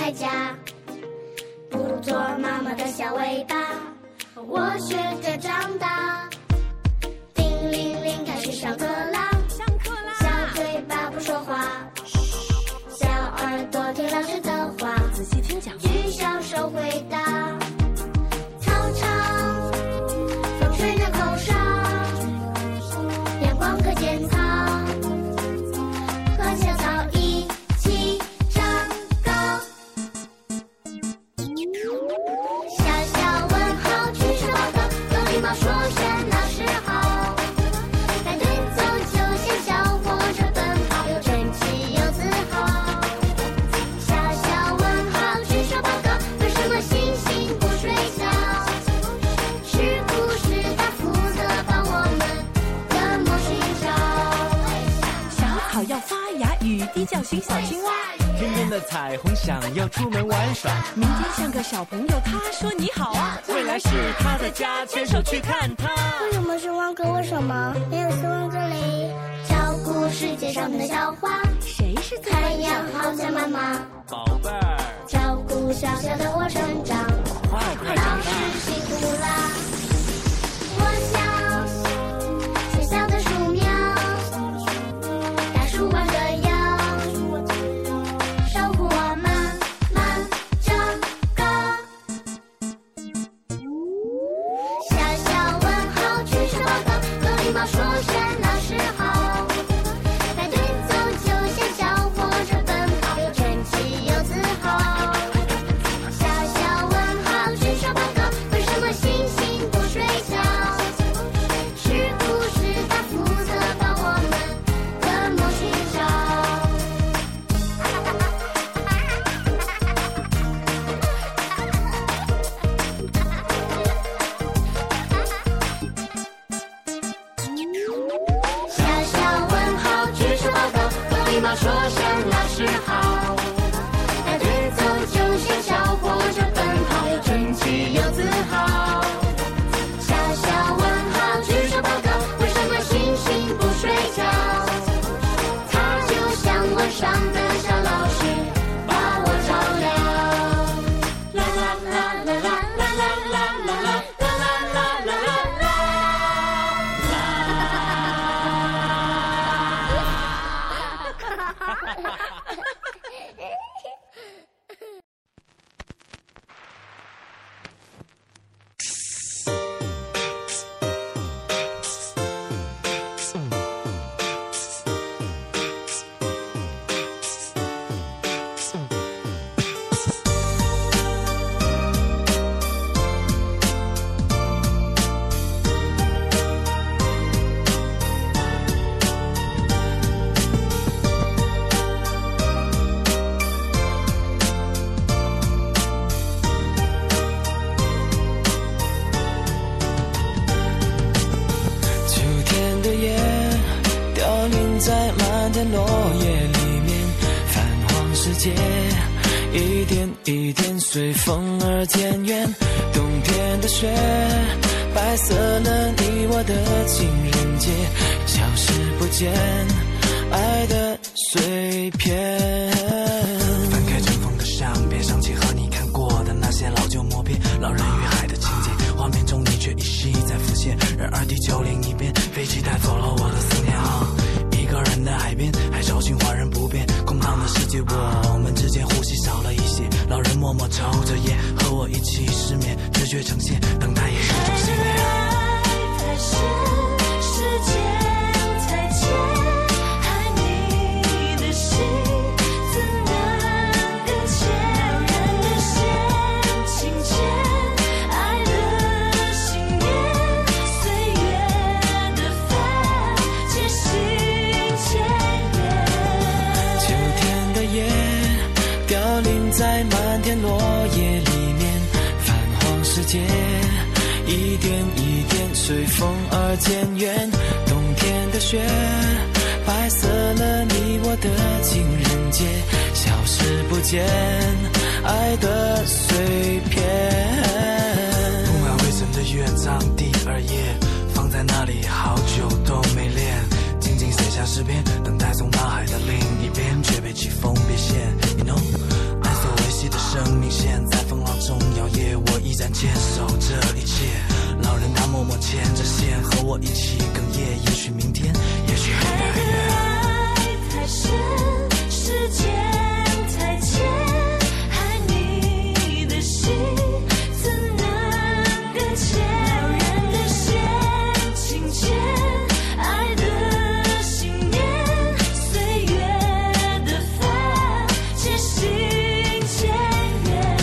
代价，不如做妈妈的小尾巴。我学着长大，叮铃铃开始上课啦，小嘴巴不说话，小耳朵听老师的话， 仔细听讲， 举小手回答。操场，风吹着口哨，阳光可见草，和小草一起长高。小小问号，举手报告，有礼貌说声老师好。排队走就像小火车奔跑，有整齐有自豪。小小问号，举手报告，为什么星星不睡觉？是故事它负责帮我们怎么寻找。 小草要发芽，雨滴叫醒小青蛙。 天边的彩虹想要出门玩耍， 明天像个小朋友，他说你好啊。 未来是他的家，牵手去看他。 为什么是汪哥？为什么没有希望这里？照顾世界上的小花， 谁是最太阳好像妈妈， 宝贝儿， 照顾小小的我成长。 快快老长大。 师辛苦啦，我想小小的树苗，大树弯着腰，守护我慢慢长高。小小问号，举手报告，有礼貌说声老师好。排队走就像小火车奔跑，有整齐有自豪。小小问号，举手报告，为什么星星不睡觉？是故事它负责帮我们怎么寻找。小小问号，举手报告，有礼貌说声老师好。排队走就像小火车奔跑，有整齐有自豪。小小问号，举手报告，为什么星星不睡觉？它就像晚上的小老师，把我照亮。啦啦啦啦啦啦啦啦啦啦啦啦啦啦啦。 秋天的叶凋零在漫天落叶里面，泛黄世界一点一点随风而渐远。冬天的雪白色了你我的情人节，消失不见爱的碎片。翻开尘封的相片，想起和你看过的那些老旧默片，老人与海的情节，画面中你却依稀在浮现。然而地球另一边，飞机带走了我的思念啊！一个人的海边，海潮循环人不变，空荡的世界，我们之间呼吸少了一些。老人默默抽着烟，和我一起失眠，直觉呈现，等待也是种信念。 太深，时间太浅，爱你的心怎能搁浅？人的线轻牵，爱的信念，岁月的帆，渐行渐远。 秋天的叶凋零在漫天落叶里面，泛黄世界一点一点随风而渐远。冬天的雪白色了你我的情人节，消失不见爱的碎片。铺满灰尘的乐章第二页，放在那里好久都没练，静静写下诗篇，等待从大海的另一边，却被季风别现。You know， 爱所维系的命线在风浪中摇曳，我依然坚守这一切。老人他默默牵着线，和我一起哽咽。也许明天，也许很远很远。 爱太深，时间太浅，爱你的心怎能搁浅？人的线轻牵，爱的信念，岁月的帆，渐行渐远。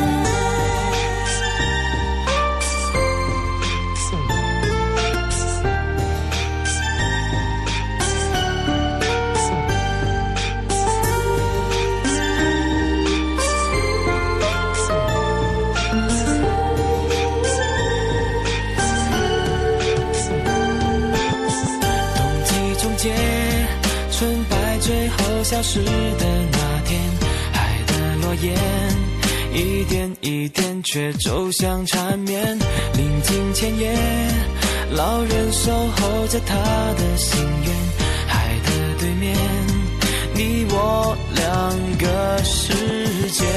冬季终结，春败最后消失的那天，海的落叶一点一点却走向缠绵。临近前夜，老人守候着他的心愿。海的对面，你我两个世界。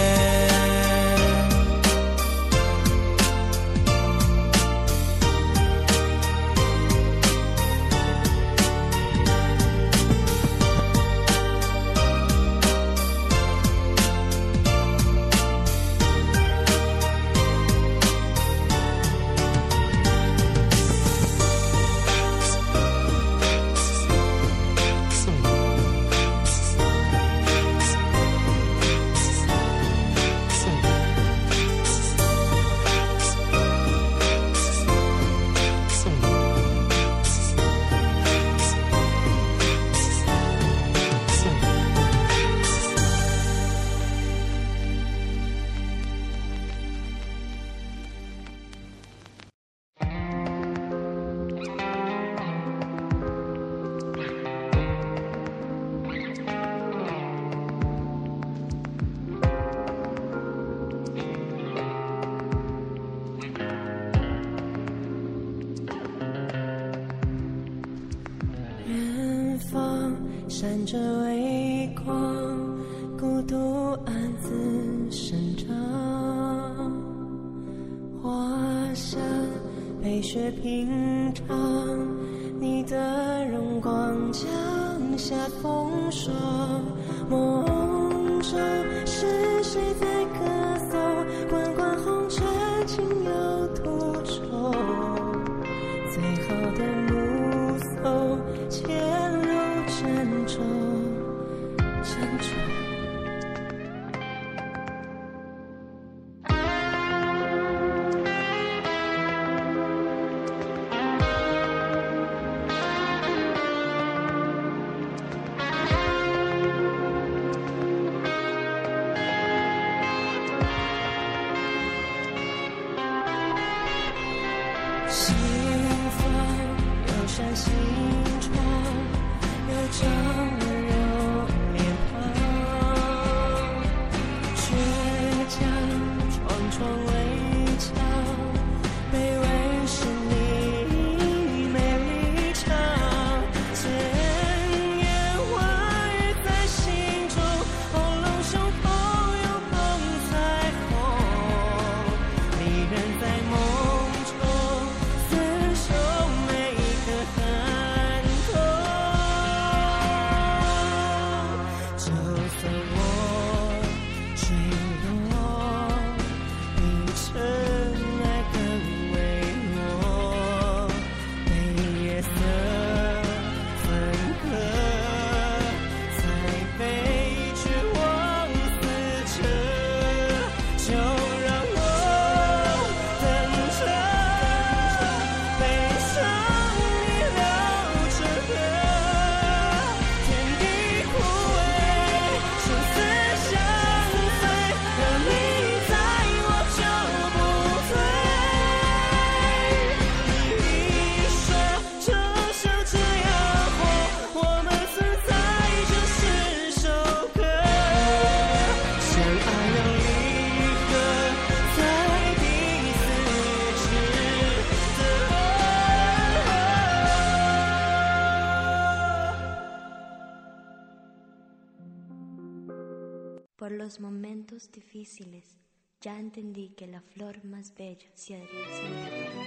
远方闪着微光，孤独暗自生长。花香被雪屏障，你的荣光降下风霜。梦中是谁在歌颂？滚滚红尘，情有独钟。最好的目送，潜入珍重，珍重。心房有扇心窗，有张温柔脸庞，倔强闯闯围墙，卑微是你美丽场。千言万语在心中，喉咙胸口有捧彩虹，离人在梦。 Por los momentos difíciles Ya entendí que la flor más bella se adereza en la tierra.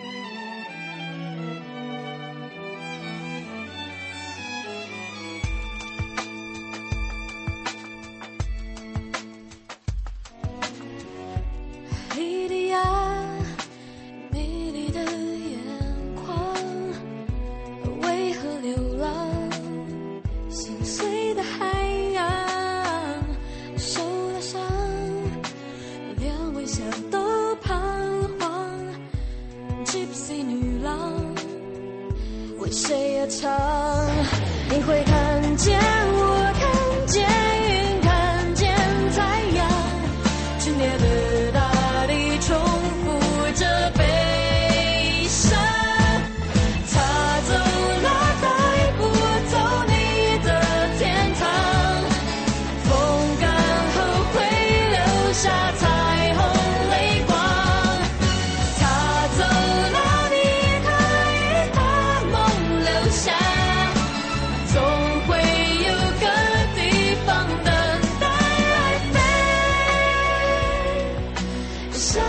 谁而唱？你会看见我，看见云，看见太阳，剧烈的大地重复着悲伤。他走了，带不走你的天堂。风干后会留下彩虹泪光。他走了，你可以把梦留下，总会有个地方等待爱飞翔。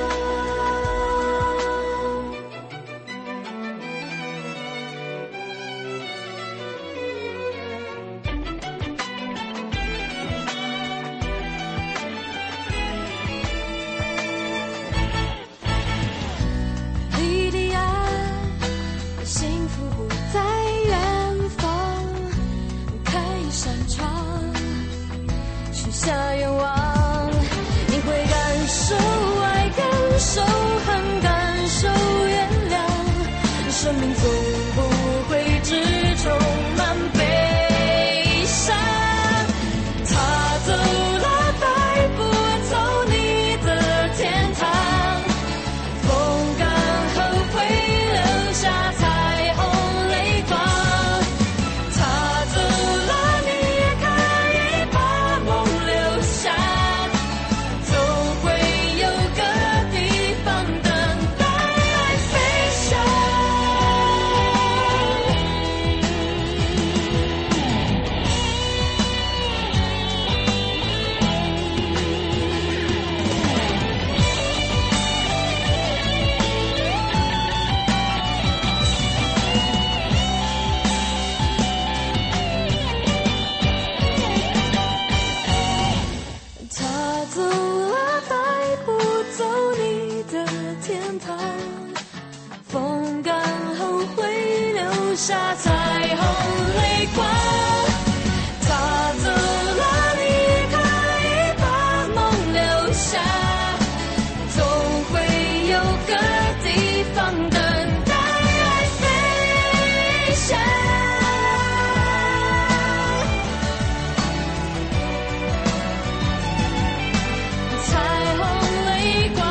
莉莉亚，幸福不在远方，开一扇窗，许下愿望。你会感受爱，感受恨，感受原谅，生命总不会只充满悲伤。他走了，带不走你的天堂。风干后会留下彩虹泪光。他走了，你也可以把梦留下，总会有个地方等待爱飞翔。他走了，带不走你的天堂。风干后会留下彩虹泪光。他走了，你也可以把梦留下，总会有个地方等待爱飞翔。彩虹泪光。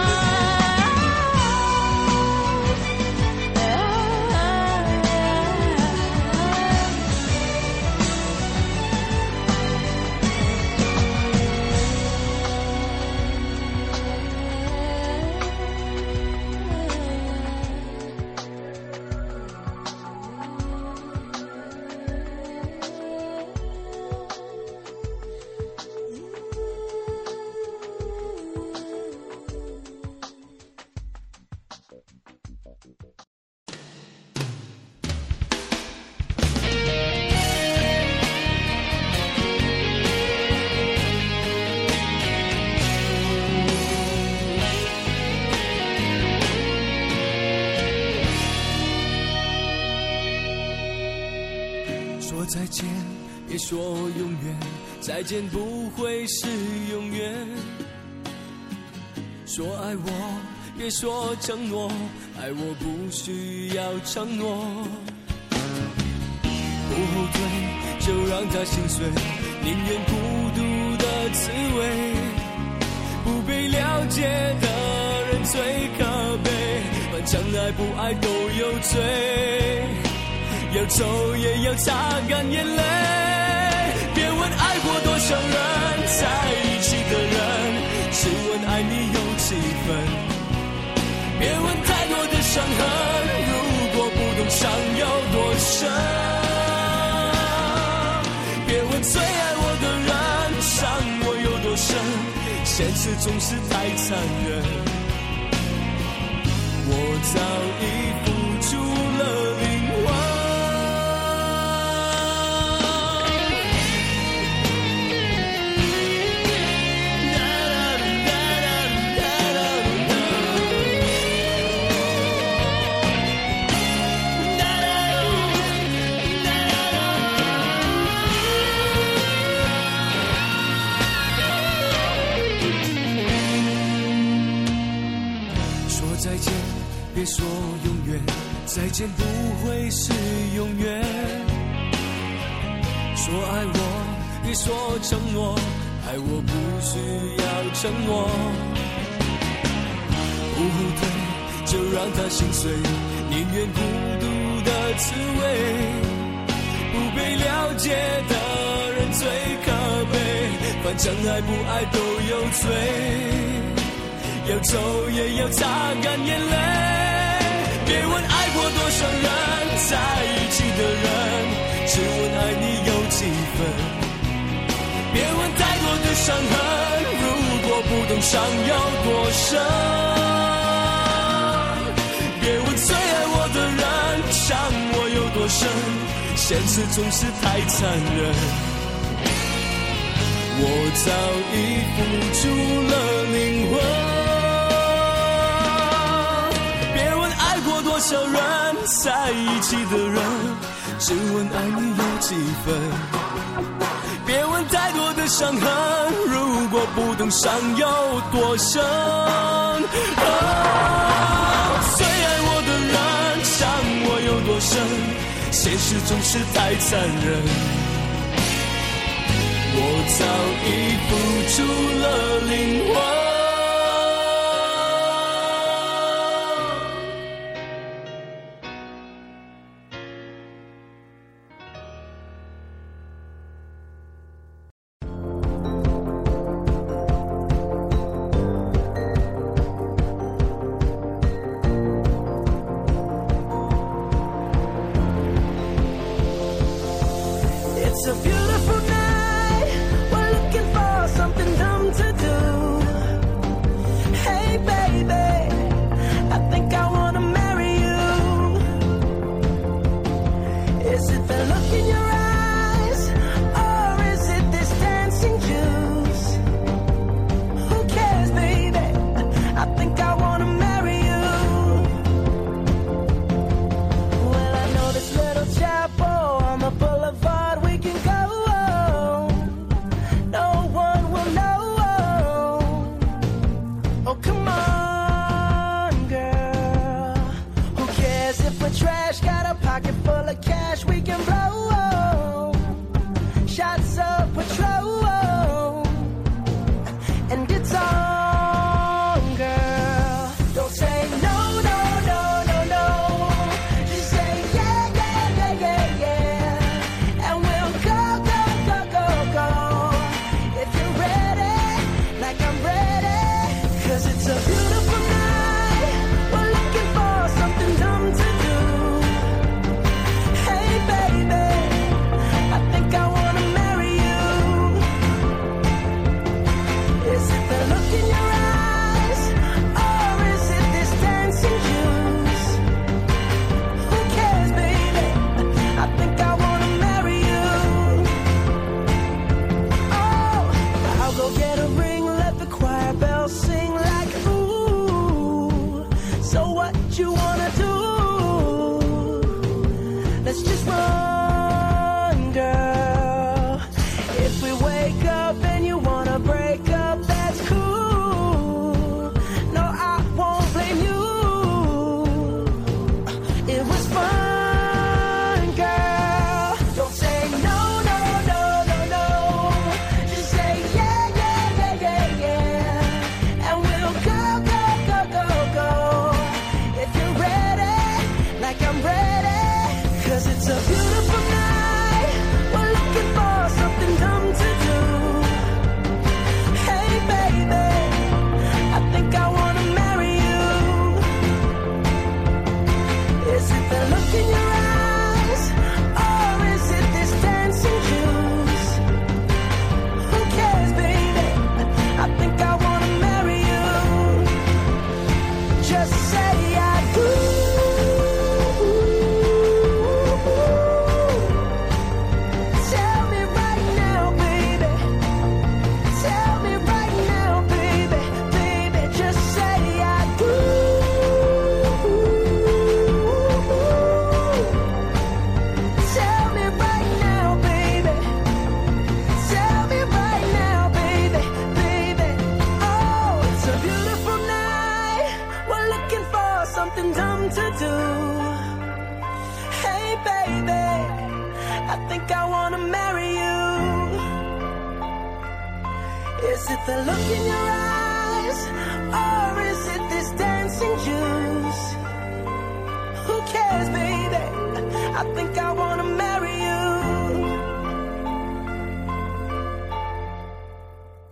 说再见，别说永远，再见不会是永远。说爱我，别说承诺，爱我不需要承诺。不后退，就让他心碎，宁愿孤独的滋味。不被了解的人最可悲，漫长爱不爱都有罪。要走也要擦干眼泪，别问爱过多少人，在一起的人，只问爱你有几分。别问太多的伤痕，如果不懂伤有多深。别问最爱我的人，伤我有多深， 现实总是太残忍。我早已付出了灵魂。再见，别说永远，再见不会是永远。说爱我，别说承诺，爱我不需要承诺。不后退，就让它心碎，宁愿孤独的滋味。不被了解的人最可悲，反正爱不爱都有罪。要走也要擦干眼泪，别问爱过多少人，在一起的人，只问爱你有几分。别问太多的伤痕，如果不懂伤有多深。别问最爱我的人，伤我有多深，现实总是太残忍。我早已付出了灵魂。多少人在一起的人，只问爱你有几分。别问太多的伤痕，如果不懂伤有多深。最爱我的人，伤我有多深，现实总是太残忍。我早已付出了灵魂。 It's a beautiful night. We're looking for something dumb to do. something dumb to do. Hey baby, I think I wanna marry you. Is it the look in your eyes, or is it this dancing juice? Who cares, baby? I think I want